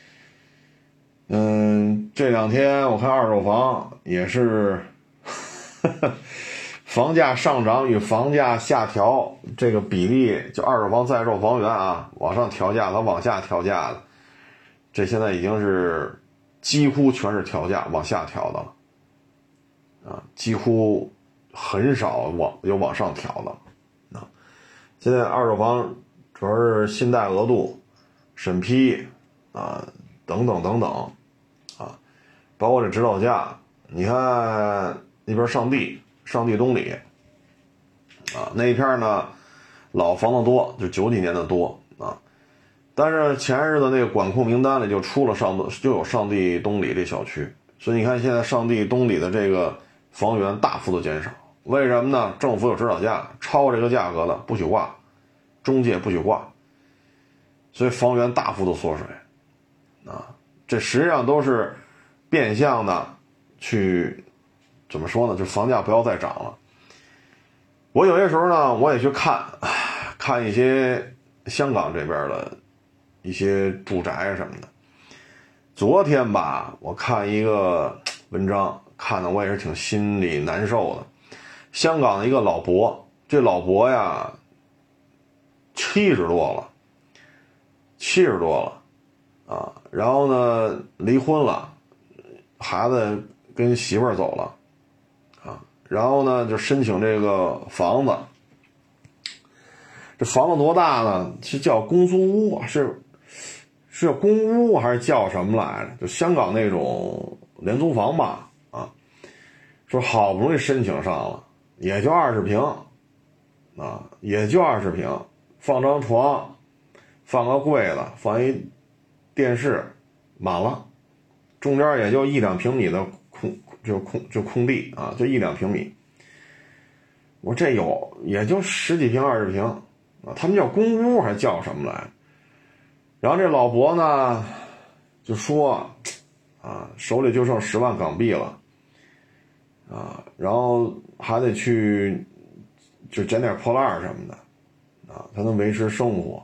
嗯，这两天我看二手房也是呵呵房价上涨与房价下调这个比例，就二手房在售房源啊往上调价，它往下调价的，这现在已经是几乎全是调价往下调的了啊，几乎很少往有往上调的啊。现在二手房主要是信贷额度、审批啊等等等等啊，包括这指导价，你看那边上地上地东里啊那一片呢，老房子多，就九几年的多啊，但是前日的那个管控名单里就出了上就有上地东里这小区，所以你看现在上地东里的这个房源大幅度减少，为什么呢？政府有指导价，超这个价格的不许挂，中介不许挂，所以房源大幅度缩水啊，这实际上都是变相的去怎么说呢，就房价不要再涨了。我有些时候呢我也去看看一些香港这边的一些住宅什么的。昨天吧我看一个文章，看的我也是挺心里难受的。香港的一个老伯，这老伯呀七十多了七十多了啊，然后呢离婚了，孩子跟媳妇儿走了啊，然后呢就申请这个房子。这房子多大呢？是叫公租屋，是是叫公屋还是叫什么来着？就香港那种廉租房吧啊，说好不容易申请上了，也就二十平啊，也就二十平，放张床，放个柜子，放一电视，满了，中间也就一两平米的空，就空就空地啊，就一两平米。我这有也就十几平二十平啊，他们叫公屋还叫什么来？然后这老伯呢就说啊，手里就剩十万港币了啊，然后还得去就捡点破烂什么的啊，才能维持生活。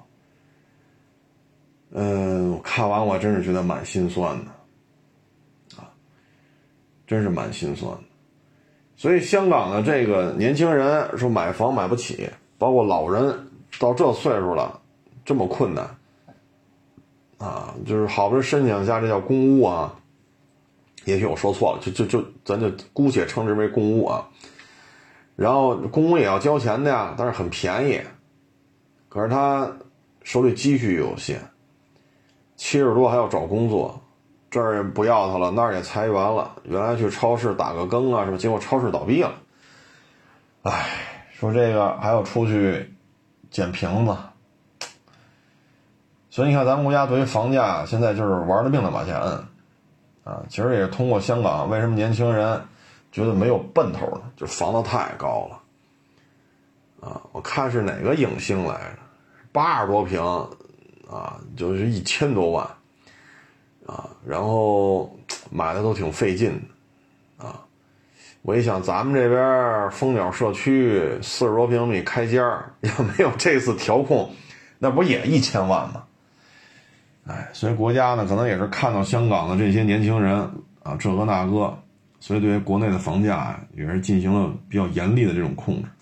嗯，我看完我真是觉得蛮心酸的啊，真是蛮心酸的。所以香港的这个年轻人说买房买不起，包括老人到这岁数了这么困难啊，就是好不容易申请一下这叫公屋啊，也许我说错了，就就就咱就姑且称之为公屋啊。然后公屋也要交钱的呀，但是很便宜，可是他手里积蓄有限，七十多还要找工作，这儿也不要他了，那儿也裁员了，原来去超市打个更啊什么，结果超市倒闭了。唉，说这个还要出去捡瓶子。所以你看咱们国家对于房价现在就是玩了命的往下摁啊，其实也是通过香港为什么年轻人觉得没有奔头呢，就是房子太高了啊。我看是哪个影星来着，八十多平啊，就是一千多万啊，然后买的都挺费劲啊。我一想咱们这边蜂鸟社区四十多平米开间，要没有这次调控，那不也一千万吗？哎，所以国家呢可能也是看到香港的这些年轻人啊这个那个，所以对于国内的房价啊也是进行了比较严厉的这种控制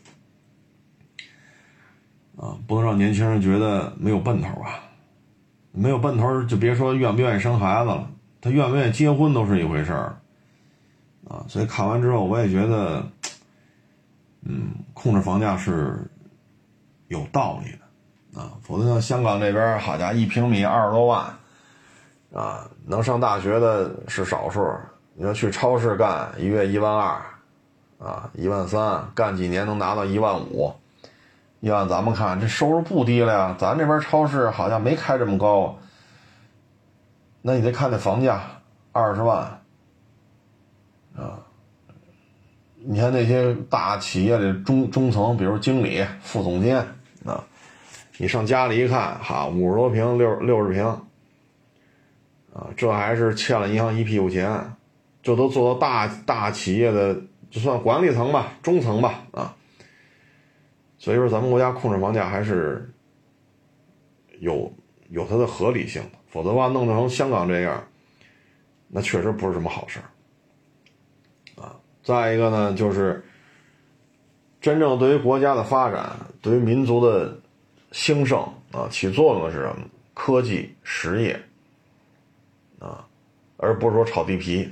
啊，不能让年轻人觉得没有奔头啊。没有奔头就别说愿不愿意生孩子了，他愿不愿意结婚都是一回事儿啊。所以看完之后我也觉得嗯，控制房价是有道理的啊，否则像香港这边好家伙一平米二十多万啊，能上大学的是少数，你要去超市干一月一万二啊，一万三，干几年能拿到一万五。你按咱们看这收入不低了呀，咱这边超市好像没开这么高那你得看那房价，二十万啊。你看那些大企业的中中层，比如经理、副总监啊，你上家里一看，哈，五十多平、六六十平，啊，这还是欠了银行一屁股钱，这都做到大大企业的，就算管理层吧、中层吧，啊，所以说咱们国家控制房价还是有有它的合理性的，否则的话弄得成香港这样，那确实不是什么好事啊。再一个呢，就是真正对于国家的发展，对于民族的兴盛啊，起作用的是什么？科技、实业啊，而不是说炒地皮。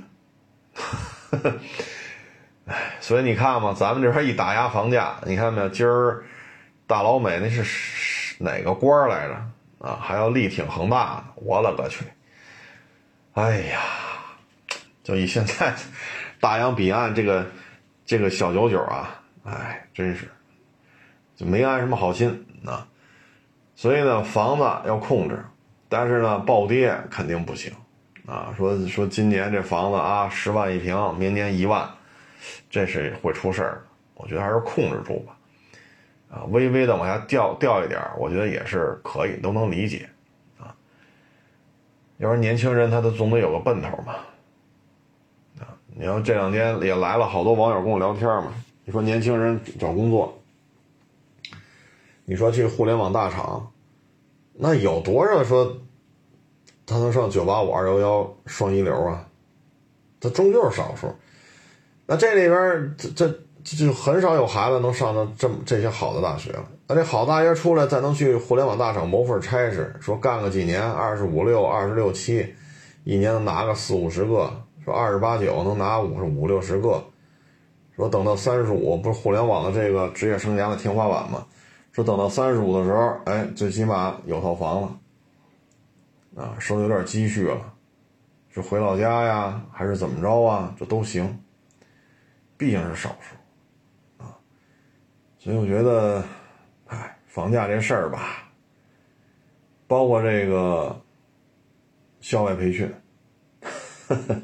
哎，所以你看嘛，咱们这边一打压房价，你看没有？今儿大老美那是哪个官来着啊？还要力挺恒大呢，我勒个去！哎呀，就以现在大洋彼岸这个这个小九九啊，哎，真是就没安什么好心啊。所以呢，房子要控制，但是呢，暴跌肯定不行啊。说说今年这房子啊，十万一平，明年一万，这是会出事儿的。我觉得还是控制住吧，啊，微微的往下掉掉一点，我觉得也是可以，都能理解啊。要是年轻人，他都总得有个奔头嘛。啊，你要这两天也来了好多网友跟我聊天嘛，你说年轻人找工作。你说去互联网大厂，那有多少说他能上九八五、二幺幺双一流啊？他终究是少数。那这里边这这这就很少有孩子能上到这么这些好的大学了。那这好大学出来，再能去互联网大厂谋份差事，说干个几年，二十五六、二十六七，一年能拿个四五十个，说二十八九能拿五十五六十个，说等到三十五，不是互联网的这个职业生涯的天花板吗？说等到三十五的时候，哎，最起码有套房了，啊，手里有点积蓄了，是回老家呀，还是怎么着啊？这都行，毕竟是少数，啊，所以我觉得，哎，房价这事儿吧，包括这个校外培训，呵呵，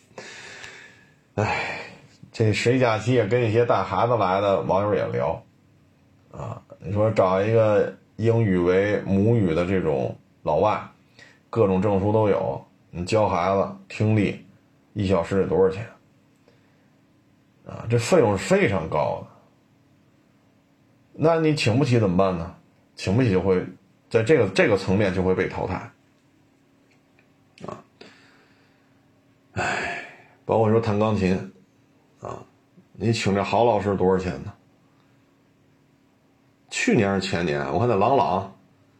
哎，这谁假期也跟一些带孩子来的网友也聊，啊。你说找一个英语为母语的这种老外，各种证书都有，你教孩子听力，一小时得多少钱？啊，这费用是非常高的。那你请不起怎么办呢？请不起就会在这个这个层面就会被淘汰。啊，唉，包括说弹钢琴，啊，你请这好老师多少钱呢？去年是前年，我看那郎朗，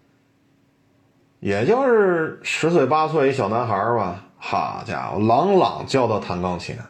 也就是十岁八岁一小男孩吧，好家伙，郎朗教他弹钢琴，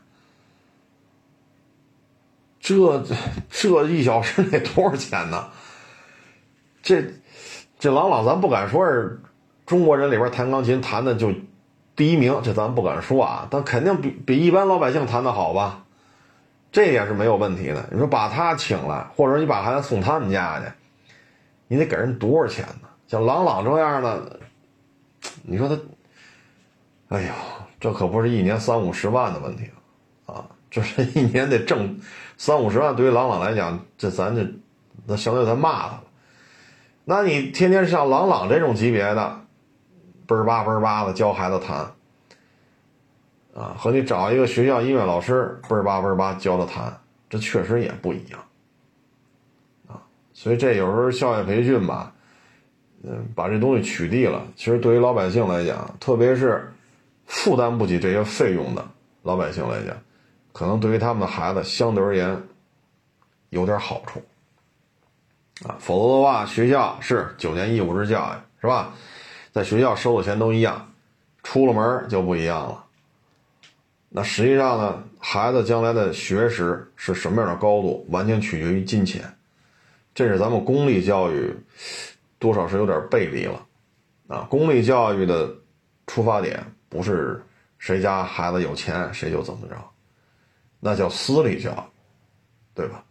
这这一小时得多少钱呢？这这郎朗咱不敢说是中国人里边弹钢琴弹的就第一名，这咱不敢说啊，但肯定比比一般老百姓弹的好吧。这也是没有问题的。你说把他请来，或者你把孩子送他们家去，你得给人多少钱呢？像郎朗这样的，你说他，哎呦，这可不是一年三五十万的问题啊！这是一年得挣三五十万，对于郎朗来讲，这咱这那相当于咱骂他了。那你天天像郎朗这种级别的，倍儿巴倍儿巴的教孩子弹。啊，和你找一个学校音乐老师倍儿巴倍儿巴教他弹，这确实也不一样啊。所以这有时候校外培训吧，嗯，把这东西取缔了，其实对于老百姓来讲，特别是负担不起这些费用的老百姓来讲，可能对于他们的孩子相对而言有点好处啊。否则的话，学校是九年义务制教育是吧？在学校收的钱都一样，出了门就不一样了。那实际上呢，孩子将来的学识是什么样的高度，完全取决于金钱。这是咱们公立教育多少是有点背离了啊！公立教育的出发点不是谁家孩子有钱谁就怎么着，那叫私立教育，对吧？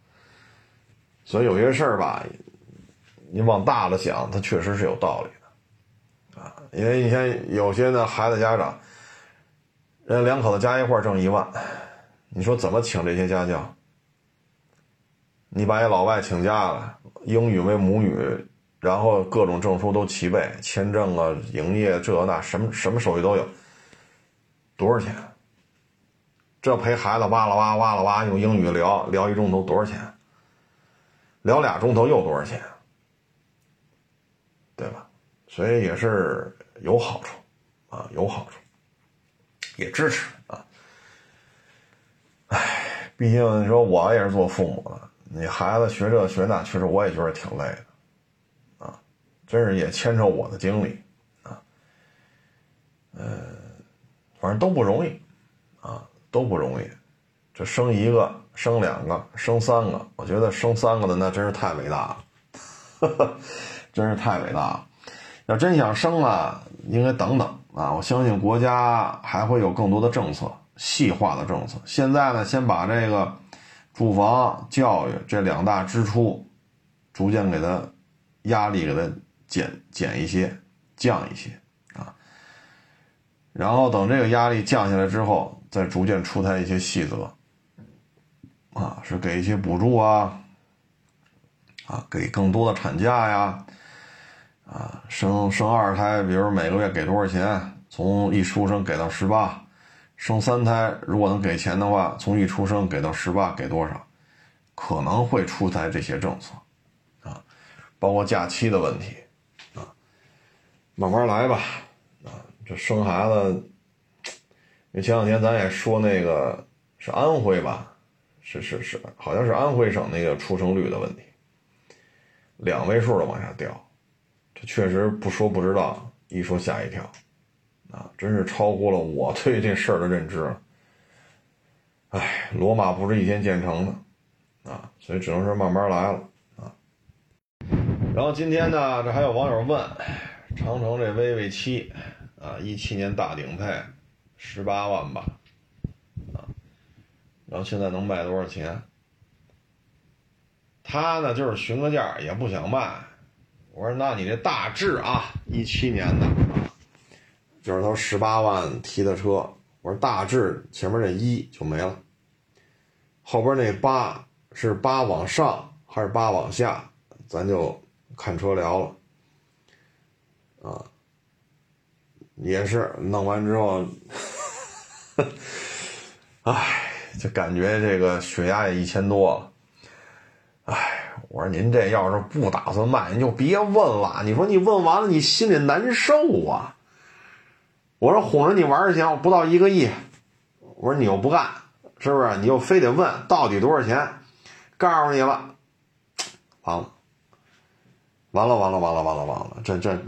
所以有些事儿吧，你往大了想，它确实是有道理啊，因为你像有些呢孩子家长，人两口子加一块挣一万，你说怎么请这些家教？你把一老外请家了，英语为母语，然后各种证书都齐备，签证啊、营业这那什么什么手续都有，多少钱？这陪孩子哇啦哇哇啦哇用英语聊聊一钟头多少钱？聊俩钟头又多少钱？对吧？所以也是有好处啊，有好处，也支持啊。唉，毕竟你说我也是做父母的，你孩子学这学那，确实我也觉得挺累的啊，真是也牵扯我的精力啊。嗯、呃，反正都不容易啊，都不容易。这生一个，生两个，生三个，我觉得生三个的那真是太伟大了，呵呵，真是太伟大了。要真想生啊，应该等等啊！我相信国家还会有更多的政策，细化的政策。现在呢，先把这个住房、教育这两大支出，逐渐给它压力给它减减一些，降一些啊。然后等这个压力降下来之后，再逐渐出台一些细则，啊，是给一些补助啊，啊，给更多的产假呀。啊，生生二胎，比如每个月给多少钱？从一出生给到十八，生三胎如果能给钱的话，从一出生给到十八给多少？可能会出台这些政策，啊，包括假期的问题，啊，慢慢来吧，啊，这生孩子，因为前两天咱也说那个是安徽吧，是是是，好像是安徽省那个出生率的问题，两位数的往下掉。这确实不说不知道，一说吓一跳，啊，真是超过了我对这事儿的认知。哎，罗马不是一天建成的，啊，所以只能是慢慢来了，啊。然后今天呢，这还有网友问，长城这 V V 七，啊，一七年大顶配，十八万吧，啊，然后现在能卖多少钱？他呢就是询个价，也不想卖。我说那你这大致啊，一七年的，就是他十八万提的车。我说大致前面这一就没了，后边那八是八往上还是八往下，咱就看车聊了。啊，也是弄完之后，唉，就感觉这个血压也一千多了，唉。我说您这要是不打算卖，您就别问了。你说你问完了，你心里难受啊。我说哄着你玩行，不到一个亿。我说你又不干，是不是？你又非得问到底多少钱？告诉你了，完了，完了，完了，完了，完了，完了，这这，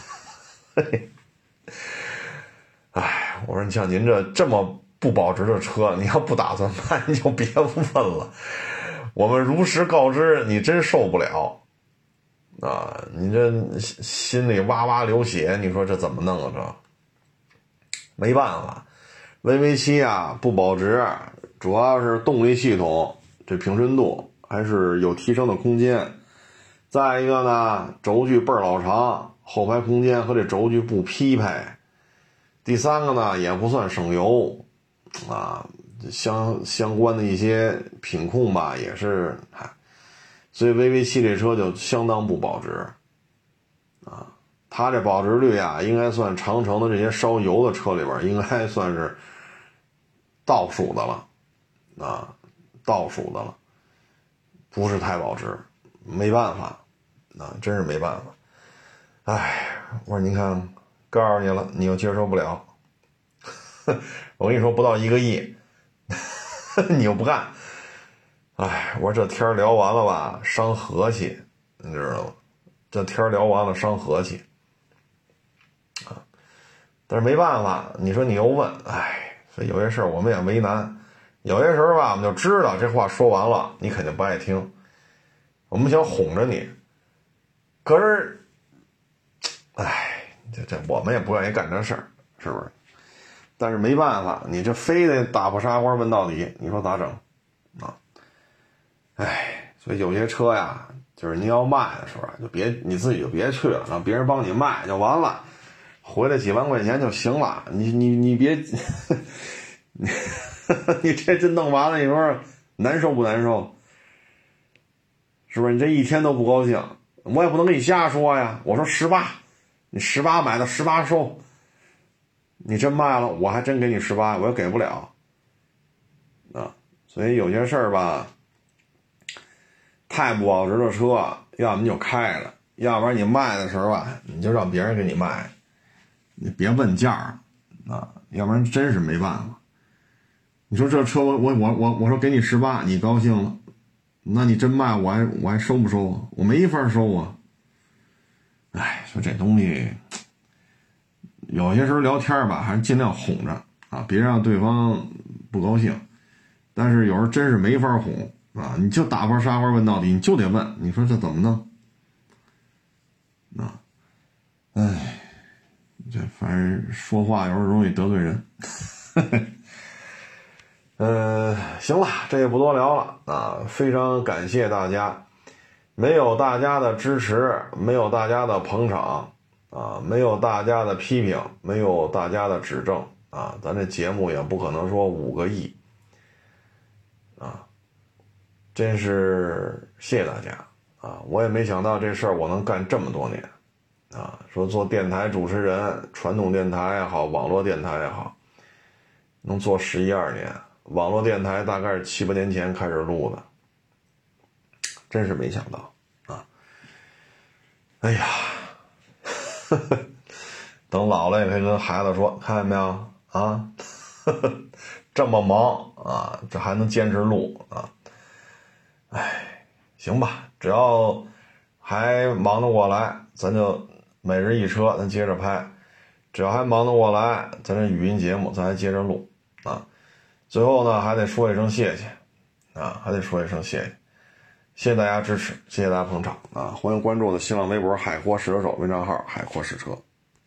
哎，我说你像您这这么不保值的车，你要不打算卖，你就别问了。我们如实告知，你真受不了啊！你这心里哇哇流血，你说这怎么弄啊？这没办法 ，V V 七 啊不保值，主要是动力系统这平顺度还是有提升的空间。再一个呢，轴距倍儿老长，后排空间和这轴距不匹配。第三个呢，也不算省油啊。相相关的一些品控吧，也是，所以 V V 七 这车就相当不保值啊。它这保值率啊，应该算长城的这些烧油的车里边，应该算是倒数的了啊，倒数的了，不是太保值，没办法啊，真是没办法。哎，我说您看，告诉你了，你又接受不了。我跟你说，不到一个亿。你又不干，哎，我说这天聊完了吧，伤和气，你知道吗？这天聊完了伤和气啊！但是没办法，你说你又问，哎，所以有些事儿我们也为难。有些时候吧，我们就知道这话说完了，你肯定不爱听，我们想哄着你，可是，哎，这这我们也不愿意干这事儿，是不是？但是没办法，你这非得打破砂锅问到底，你说咋整啊？哎，所以有些车呀，就是您要卖的时候就别你自己就别去了，让别人帮你卖就完了。 回来几万块钱就行了，你你你别，你你这这弄完了，你说难受不难受？是不是？你这一天都不高兴，我也不能跟你瞎说呀。我说十八，你十八买的十八收，你真卖了，我还真给你十八，我也给不了啊。所以有些事儿吧，太不保值的车，要么你就开了，要不然你卖的时候吧，你就让别人给你卖，你别问价啊，要不然真是没办法。你说这车我我我我我说给你十八，你高兴了，那你真卖我还我还收不收啊？我没法收啊。哎，说这东西有些时候聊天吧，还是尽量哄着啊，别让对方不高兴。但是有时候真是没法哄啊，你就打发杀花问到底，你就得问，你说这怎么弄？啊，哎，这反正说话有时候容易得罪人。呃，行了，这也不多聊了啊！非常感谢大家，没有大家的支持，没有大家的捧场啊，没有大家的批评，没有大家的指正啊，咱这节目也不可能说五个亿啊！真是谢谢大家啊！我也没想到这事儿我能干这么多年啊！说做电台主持人，传统电台也好，网络电台也好，能做十一二年。网络电台大概是七八年前开始录的，真是没想到啊！哎呀，呵呵，等老了也可以跟孩子说，看见没有啊？呵呵，这么忙啊，这还能坚持录啊？哎，行吧，只要还忙得过来，咱就每日一车，咱接着拍；只要还忙得过来，咱这语音节目咱还接着录啊。最后呢，还得说一声谢谢啊，还得说一声谢谢，谢谢大家支持，谢谢大家捧场啊！欢迎关注我的新浪微博海阔试车手微账号海阔试车。